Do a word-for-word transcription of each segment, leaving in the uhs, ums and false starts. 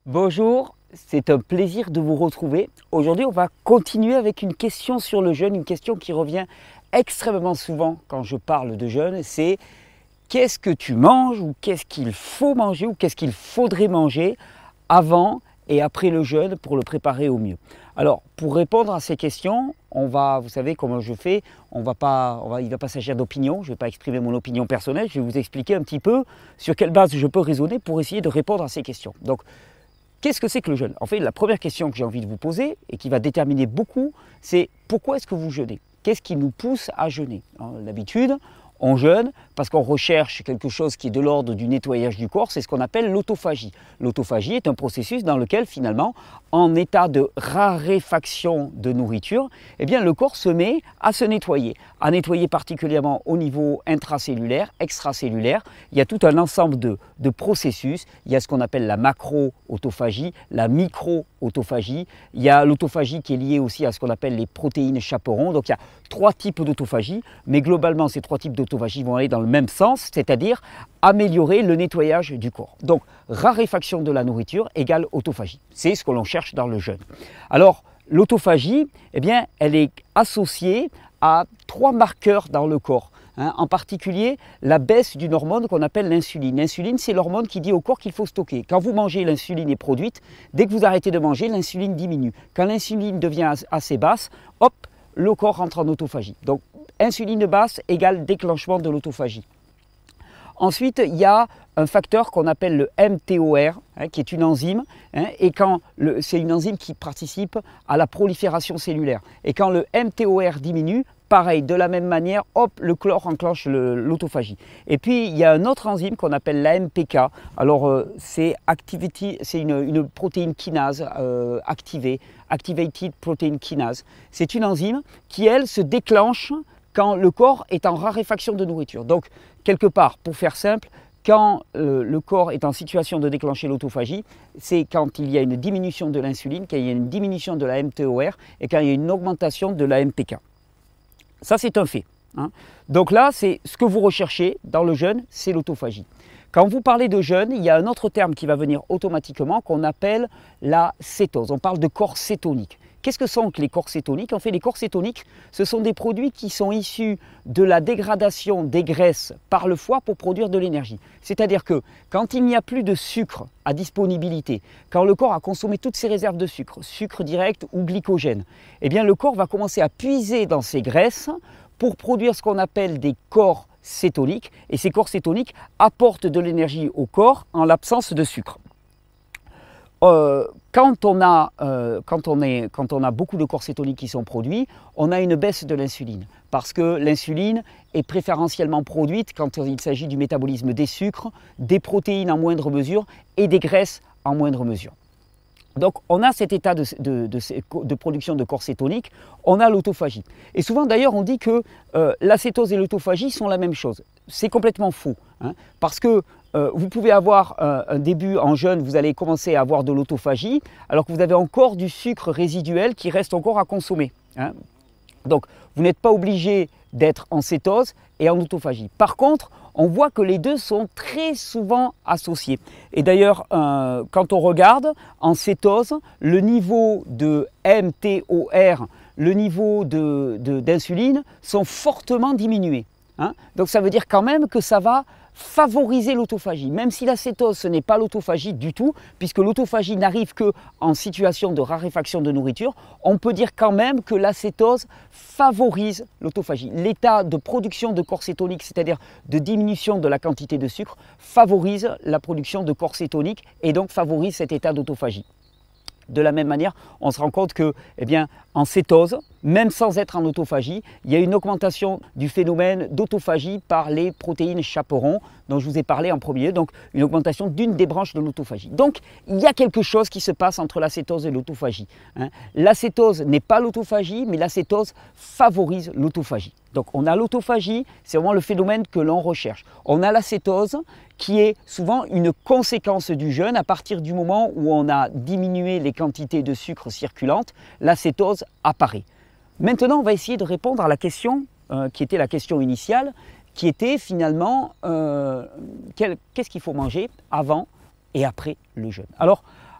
Bonjour, c'est un plaisir de vous retrouver. Aujourd'hui, on va continuer avec une question sur le jeûne, une question qui revient extrêmement souvent quand je parle de jeûne, c'est qu'est-ce que tu manges ou qu'est-ce qu'il faut manger ou qu'est-ce qu'il faudrait manger avant et après le jeûne pour le préparer au mieux. Alors, pour répondre à ces questions, on va, vous savez comment je fais, on va pas, on va, il ne va pas s'agir d'opinion, je ne vais pas exprimer mon opinion personnelle, je vais vous expliquer un petit peu sur quelle base je peux raisonner pour essayer de répondre à ces questions. Donc, qu'est-ce que c'est que le jeûne? En fait, la première question que j'ai envie de vous poser et qui va déterminer beaucoup, c'est pourquoi est-ce que vous jeûnez? Qu'est-ce qui nous pousse à jeûner? D'habitude, on jeûne parce qu'on recherche quelque chose qui est de l'ordre du nettoyage du corps, c'est ce qu'on appelle l'autophagie. L'autophagie est un processus dans lequel finalement, en état de raréfaction de nourriture, eh bien, le corps se met à se nettoyer, à nettoyer particulièrement au niveau intracellulaire, extracellulaire. Il y a tout un ensemble de, de processus. Il y a ce qu'on appelle la macro-autophagie, la micro-autophagie. Il y a l'autophagie qui est liée aussi à ce qu'on appelle les protéines chaperons. Donc il y a trois types d'autophagie, mais globalement ces trois types d'autophagie vont aller dans le même sens, c'est-à-dire améliorer le nettoyage du corps. Donc raréfaction de la nourriture égale autophagie. C'est ce que l'on cherche dans le jeûne. Alors l'autophagie, eh bien, elle est associée à trois marqueurs dans le corps. Hein, en particulier, la baisse d'une hormone qu'on appelle l'insuline. L'insuline, c'est l'hormone qui dit au corps qu'il faut stocker. Quand vous mangez, l'insuline est produite. Dès que vous arrêtez de manger, l'insuline diminue. Quand l'insuline devient assez basse, hop, le corps rentre en autophagie. Donc, insuline basse égale déclenchement de l'autophagie. Ensuite, il y a un facteur qu'on appelle le M T O R, hein, qui est une enzyme, hein, et quand c'est une enzyme qui participe à la prolifération cellulaire. Et quand le M T O R diminue, pareil, de la même manière, hop, le corps enclenche l'autophagie. Et puis, il y a un autre enzyme qu'on appelle l'A M P K. Alors, euh, c'est une, une protéine kinase euh, activée, Activated Protein Kinase. C'est une enzyme qui, elle, se déclenche quand le corps est en raréfaction de nourriture. Donc, quelque part, pour faire simple, quand euh, le corps est en situation de déclencher l'autophagie, c'est quand il y a une diminution de l'insuline, quand il y a une diminution de la M T O R et quand il y a une augmentation de la M P K. Ça, c'est un fait. Hein. Donc là, c'est ce que vous recherchez dans le jeûne, c'est l'autophagie. Quand vous parlez de jeûne, il y a un autre terme qui va venir automatiquement qu'on appelle la cétose. On parle de corps cétonique. Qu'est-ce que sont les corps cétoniques? En fait, les corps cétoniques, ce sont des produits qui sont issus de la dégradation des graisses par le foie pour produire de l'énergie. C'est-à-dire que quand il n'y a plus de sucre à disponibilité, quand le corps a consommé toutes ses réserves de sucre, sucre direct ou glycogène, eh bien le corps va commencer à puiser dans ses graisses pour produire ce qu'on appelle des corps cétoniques. Et ces corps cétoniques apportent de l'énergie au corps en l'absence de sucre. Euh, quand, on a, euh, quand, on est, quand on a beaucoup de corps cétoniques qui sont produits, on a une baisse de l'insuline parce que l'insuline est préférentiellement produite quand il s'agit du métabolisme des sucres, des protéines en moindre mesure et des graisses en moindre mesure. Donc on a cet état de, de, de, de production de corps cétonique, on a l'autophagie. Et souvent d'ailleurs on dit que euh, la cétose et l'autophagie sont la même chose. C'est complètement faux, hein, parce que euh, vous pouvez avoir euh, un début en jeûne, vous allez commencer à avoir de l'autophagie, alors que vous avez encore du sucre résiduel qui reste encore à consommer. Hein. Donc vous n'êtes pas obligé d'être en cétose et en autophagie. Par contre, on voit que les deux sont très souvent associés. Et d'ailleurs, euh, quand on regarde en cétose, le niveau de M T O R, le niveau d'insuline de, de, sont fortement diminués. Hein. Donc ça veut dire quand même que ça va favoriser l'autophagie, même si la cétose ce n'est pas l'autophagie du tout, puisque l'autophagie n'arrive qu'en situation de raréfaction de nourriture, on peut dire quand même que la cétose favorise l'autophagie. L'état de production de corps cétonique, c'est-à-dire de diminution de la quantité de sucre, favorise la production de corps cétonique et donc favorise cet état d'autophagie. De la même manière, on se rend compte que, eh bien, en cétose, même sans être en autophagie, il y a une augmentation du phénomène d'autophagie par les protéines chaperons dont je vous ai parlé en premier, donc une augmentation d'une des branches de l'autophagie. Donc, il y a quelque chose qui se passe entre la cétose et l'autophagie. Hein. La cétose n'est pas l'autophagie, mais la cétose favorise l'autophagie. Donc, on a l'autophagie, c'est vraiment le phénomène que l'on recherche. On a la cétose qui est souvent une conséquence du jeûne à partir du moment où on a diminué les quantités de sucre circulantes, la cétose apparaît. Maintenant, on va essayer de répondre à la question euh, qui était la question initiale, qui était finalement euh, qu'est-ce qu'il faut manger avant et après le jeûne. Alors,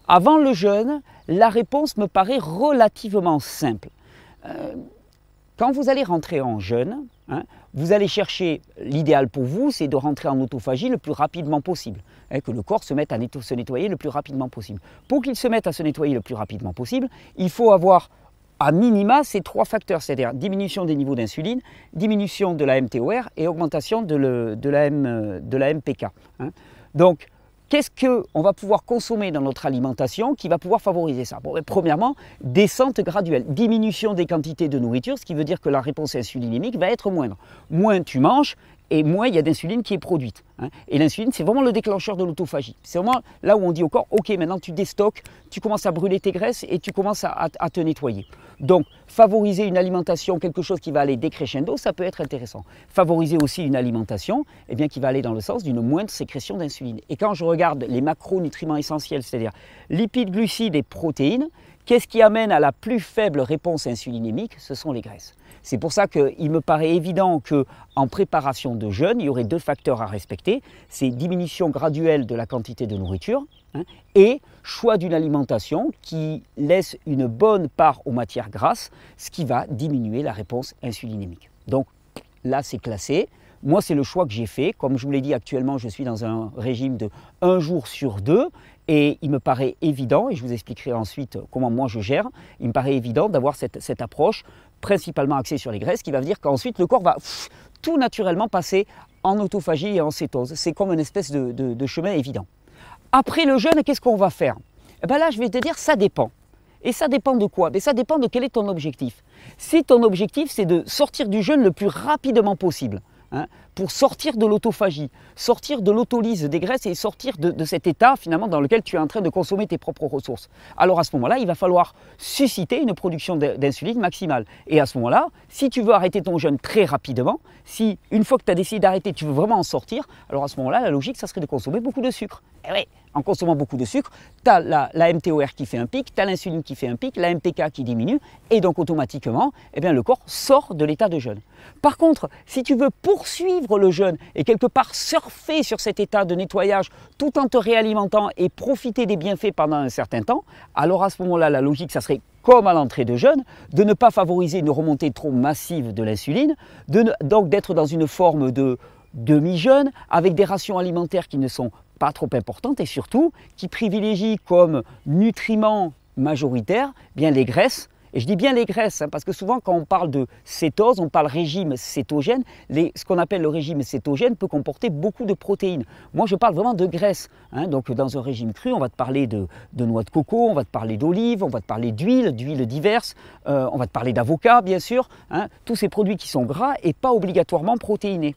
Avant le jeûne, la réponse me paraît relativement simple. Euh, quand vous allez rentrer en jeûne, hein, vous allez chercher, l'idéal pour vous, c'est de rentrer en autophagie le plus rapidement possible, hein, que le corps se mette à netto- se nettoyer le plus rapidement possible. Pour qu'il se mette à se nettoyer le plus rapidement possible, il faut avoir à minima ces trois facteurs, c'est-à-dire diminution des niveaux d'insuline, diminution de la M T O R et augmentation de, le, de, la, M, de la M P K. Hein. Donc, qu'est-ce qu'on va pouvoir consommer dans notre alimentation qui va pouvoir favoriser ça? Bon, premièrement, descente graduelle, diminution des quantités de nourriture, ce qui veut dire que la réponse insulinémique va être moindre. Moins tu manges, et moins il y a d'insuline qui est produite. Hein. Et l'insuline, c'est vraiment le déclencheur de l'autophagie. C'est vraiment là où on dit au corps, ok, maintenant tu déstockes, tu commences à brûler tes graisses et tu commences à, à, à te nettoyer. Donc, favoriser une alimentation, quelque chose qui va aller décrescendo, ça peut être intéressant. Favoriser aussi une alimentation eh bien, qui va aller dans le sens d'une moindre sécrétion d'insuline. Et quand je regarde les macronutriments essentiels, c'est-à-dire lipides, glucides et protéines, qu'est-ce qui amène à la plus faible réponse insulinémique? Ce sont les graisses. C'est pour ça qu'il me paraît évident qu'en préparation de jeûne, il y aurait deux facteurs à respecter. C'est diminution graduelle de la quantité de nourriture hein, et choix d'une alimentation qui laisse une bonne part aux matières grasses, ce qui va diminuer la réponse insulinémique. Donc là, c'est classé. Moi, c'est le choix que j'ai fait. Comme je vous l'ai dit, actuellement, je suis dans un régime de un jour sur deux. Et il me paraît évident, et je vous expliquerai ensuite comment moi je gère, il me paraît évident d'avoir cette, cette approche principalement axée sur les graisses qui va dire qu'ensuite le corps va pff, tout naturellement passer en autophagie et en cétose. C'est comme une espèce de, de, de chemin évident. Après le jeûne, qu'est-ce qu'on va faire? Eh bien là, je vais te dire, ça dépend. Et ça dépend de quoi? Mais ça dépend de quel est ton objectif. Si ton objectif, c'est de sortir du jeûne le plus rapidement possible, hein, pour sortir de l'autophagie, sortir de l'autolyse des graisses et sortir de, de cet état finalement dans lequel tu es en train de consommer tes propres ressources. Alors à ce moment-là, il va falloir susciter une production d'insuline maximale. Et à ce moment-là, si tu veux arrêter ton jeûne très rapidement, si une fois que tu as décidé d'arrêter, tu veux vraiment en sortir, alors à ce moment-là, la logique, ça serait de consommer beaucoup de sucre. Et oui, en consommant beaucoup de sucre, tu as la, la M T O R qui fait un pic, tu as l'insuline qui fait un pic, la M P K qui diminue, et donc automatiquement, eh bien, le corps sort de l'état de jeûne. Par contre, si tu veux poursuivre le jeûne et quelque part surfer sur cet état de nettoyage tout en te réalimentant et profiter des bienfaits pendant un certain temps, alors à ce moment-là, la logique, ça serait comme à l'entrée de jeûne, de ne pas favoriser une remontée trop massive de l'insuline, donc d'être dans une forme de demi-jeûne avec des rations alimentaires qui ne sont pas trop importantes et surtout qui privilégient comme nutriments majoritaires bien les graisses. Et je dis bien les graisses, hein, parce que souvent quand on parle de cétose, on parle régime cétogène. Les, ce qu'on appelle le régime cétogène peut comporter beaucoup de protéines. Moi je parle vraiment de graisse. Hein, donc dans un régime cru, on va te parler de, de noix de coco, on va te parler d'olive, on va te parler d'huile, d'huiles diverses, euh, on va te parler d'avocat bien sûr. Hein, tous ces produits qui sont gras et pas obligatoirement protéinés.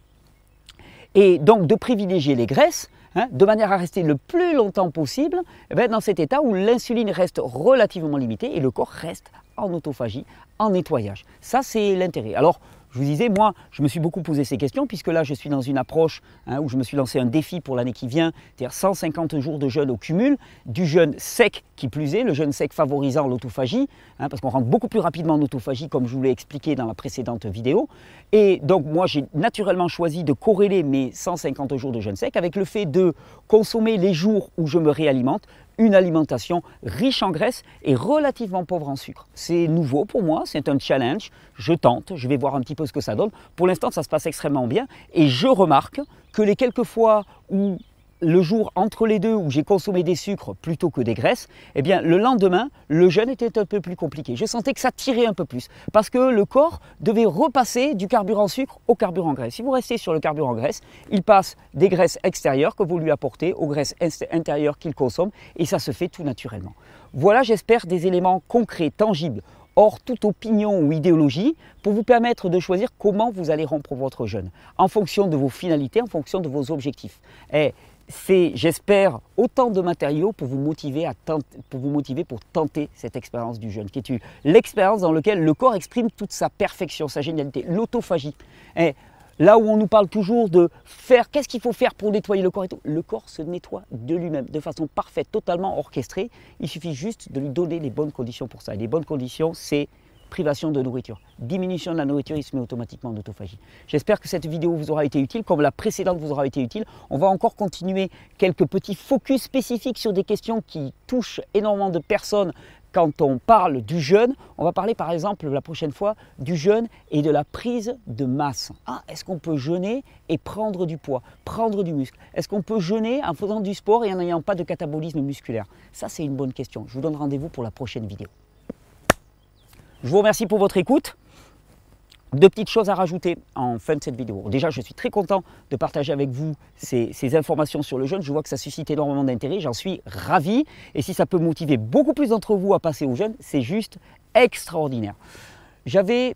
Et donc de privilégier les graisses, hein, de manière à rester le plus longtemps possible eh bien, dans cet état où l'insuline reste relativement limitée et le corps reste en autophagie, en nettoyage. Ça, c'est l'intérêt. Alors, je vous disais, moi, je me suis beaucoup posé ces questions puisque là, je suis dans une approche hein, où je me suis lancé un défi pour l'année qui vient, c'est-à-dire cent cinquante jours de jeûne au cumul, du jeûne sec qui plus est, le jeûne sec favorisant l'autophagie, hein, parce qu'on rentre beaucoup plus rapidement en autophagie comme je vous l'ai expliqué dans la précédente vidéo. Et donc, moi, j'ai naturellement choisi de corréler mes cent cinquante jours de jeûne sec avec le fait de consommer les jours où je me réalimente, une alimentation riche en graisse et relativement pauvre en sucre. C'est nouveau pour moi, c'est un challenge, je tente, je vais voir un petit peu ce que ça donne. Pour l'instant, ça se passe extrêmement bien et je remarque que les quelques fois où le jour entre les deux où j'ai consommé des sucres plutôt que des graisses, eh bien le lendemain, le jeûne était un peu plus compliqué. Je sentais que ça tirait un peu plus parce que le corps devait repasser du carburant sucre au carburant graisse. Si vous restez sur le carburant graisse, il passe des graisses extérieures que vous lui apportez aux graisses intérieures qu'il consomme et ça se fait tout naturellement. Voilà, j'espère, des éléments concrets, tangibles, hors toute opinion ou idéologie, pour vous permettre de choisir comment vous allez rompre votre jeûne, en fonction de vos finalités, en fonction de vos objectifs. Et c'est, j'espère, autant de matériaux pour vous motiver, à tenter, pour, vous motiver pour tenter cette expérience du jeûne, qui est l'expérience dans laquelle le corps exprime toute sa perfection, sa génialité, l'autophagie. Et là où on nous parle toujours de faire, qu'est-ce qu'il faut faire pour nettoyer le corps et tout, le corps se nettoie de lui-même, de façon parfaite, totalement orchestrée. Il suffit juste de lui donner les bonnes conditions pour ça. Et les bonnes conditions, c'est privation de nourriture. Diminution de la nourriture, il se met automatiquement en autophagie. J'espère que cette vidéo vous aura été utile, comme la précédente vous aura été utile. On va encore continuer quelques petits focus spécifiques sur des questions qui touchent énormément de personnes quand on parle du jeûne. On va parler par exemple la prochaine fois du jeûne et de la prise de masse. Ah, est-ce qu'on peut jeûner et prendre du poids, prendre du muscle? Est-ce qu'on peut jeûner en faisant du sport et en n'ayant pas de catabolisme musculaire? Ça, c'est une bonne question. Je vous donne rendez-vous pour la prochaine vidéo. Je vous remercie pour votre écoute. Deux petites choses à rajouter en fin de cette vidéo. Déjà, je suis très content de partager avec vous ces, ces informations sur le jeûne. Je vois que ça suscite énormément d'intérêt. J'en suis ravi. Et si ça peut motiver beaucoup plus d'entre vous à passer au jeûne, c'est juste extraordinaire. J'avais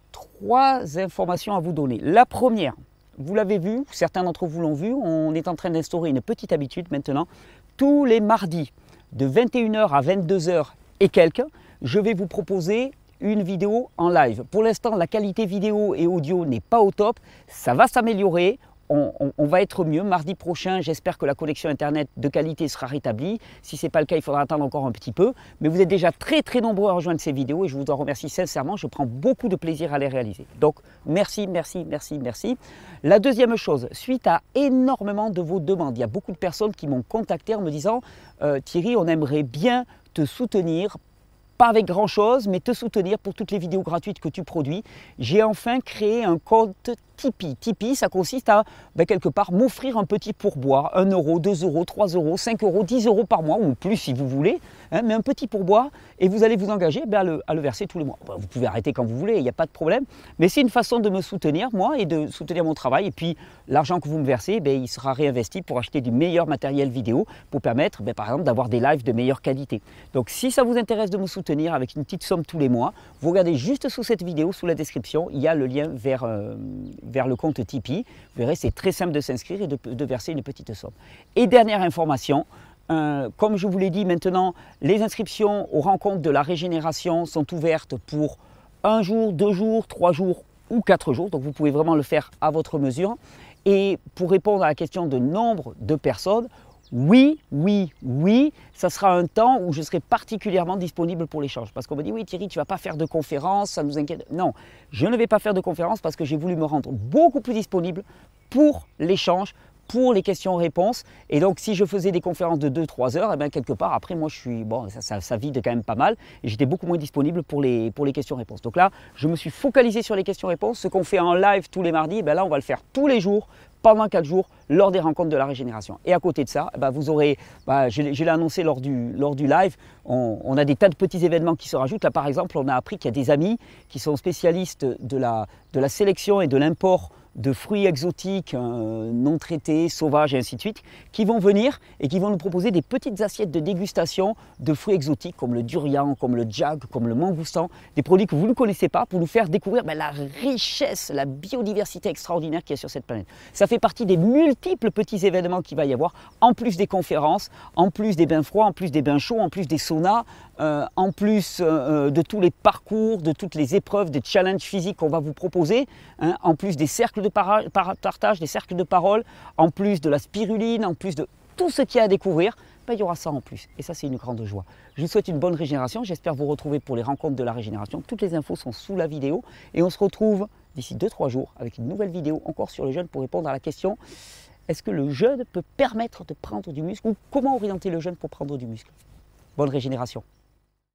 trois informations à vous donner. La première, vous l'avez vu, certains d'entre vous l'ont vu, on est en train d'instaurer une petite habitude maintenant. Tous les mardis, de vingt et une heures à vingt-deux heures et quelques, je vais vous proposer une vidéo en live. Pour l'instant, la qualité vidéo et audio n'est pas au top. Ça va s'améliorer. On, on, on va être mieux. Mardi prochain, j'espère que la connexion Internet de qualité sera rétablie. Si ce n'est pas le cas, il faudra attendre encore un petit peu. Mais vous êtes déjà très très nombreux à rejoindre ces vidéos et je vous en remercie sincèrement. Je prends beaucoup de plaisir à les réaliser. Donc, merci, merci, merci, merci. La deuxième chose, suite à énormément de vos demandes, il y a beaucoup de personnes qui m'ont contacté en me disant euh, « Thierry, on aimerait bien te soutenir ». Pas avec grand chose, mais te soutenir pour toutes les vidéos gratuites que tu produis. J'ai enfin créé un compte Tipeee. Tipeee, ça consiste à, ben, quelque part, m'offrir un petit pourboire, un euro, deux euros, trois euros, cinq euros, dix euros par mois, ou plus si vous voulez, hein, mais un petit pourboire, et vous allez vous engager ben, à, le, à le verser tous les mois. Ben, vous pouvez arrêter quand vous voulez, il n'y a pas de problème, mais c'est une façon de me soutenir, moi, et de soutenir mon travail, et puis l'argent que vous me versez, ben, il sera réinvesti pour acheter du meilleur matériel vidéo, pour permettre, ben, par exemple, d'avoir des lives de meilleure qualité. Donc, si ça vous intéresse de me soutenir avec une petite somme tous les mois, vous regardez juste sous cette vidéo, sous la description, il y a le lien vers... Euh, vers le compte Tipeee. Vous verrez, c'est très simple de s'inscrire et de, de verser une petite somme. Et dernière information, euh, comme je vous l'ai dit maintenant, les inscriptions aux rencontres de la régénération sont ouvertes pour un jour, deux jours, trois jours ou quatre jours. Donc vous pouvez vraiment le faire à votre mesure. Et pour répondre à la question de nombre de personnes, oui, oui, oui, ça sera un temps où je serai particulièrement disponible pour l'échange. Parce qu'on me dit, oui Thierry, tu ne vas pas faire de conférence, ça nous inquiète. Non, je ne vais pas faire de conférence parce que j'ai voulu me rendre beaucoup plus disponible pour l'échange, pour les questions-réponses. Et donc, si je faisais des conférences de deux trois heures, et bien quelque part, après, moi, je suis, bon, ça, ça, ça vide quand même pas mal. Et j'étais beaucoup moins disponible pour les, pour les questions-réponses. Donc là, je me suis focalisé sur les questions-réponses. Ce qu'on fait en live tous les mardis, ben là, on va le faire tous les jours, pendant quatre jours, lors des rencontres de la régénération. Et à côté de ça, ben vous aurez, ben je, je l'ai annoncé lors du, lors du live, on, on a des tas de petits événements qui se rajoutent. Là, par exemple, on a appris qu'il y a des amis qui sont spécialistes de la, de la sélection et de l'import de fruits exotiques, euh, non traités, sauvages et ainsi de suite, qui vont venir et qui vont nous proposer des petites assiettes de dégustation de fruits exotiques comme le durian, comme le djag, comme le mangoustan, des produits que vous ne connaissez pas pour nous faire découvrir ben, la richesse, la biodiversité extraordinaire qu'il y a sur cette planète. Ça fait partie des multiples petits événements qu'il va y avoir, en plus des conférences, en plus des bains froids, en plus des bains chauds, en plus des saunas, euh, en plus euh, de tous les parcours, de toutes les épreuves, des challenges physiques qu'on va vous proposer, hein, en plus des cercles de partage, des cercles de parole, en plus de la spiruline, en plus de tout ce qu'il y a à découvrir, ben, il y aura ça en plus. Et ça, c'est une grande joie. Je vous souhaite une bonne régénération. J'espère vous retrouver pour les rencontres de la régénération. Toutes les infos sont sous la vidéo. Et on se retrouve d'ici deux trois jours avec une nouvelle vidéo encore sur le jeûne pour répondre à la question: est-ce que le jeûne peut permettre de prendre du muscle, ou comment orienter le jeûne pour prendre du muscle? Bonne régénération.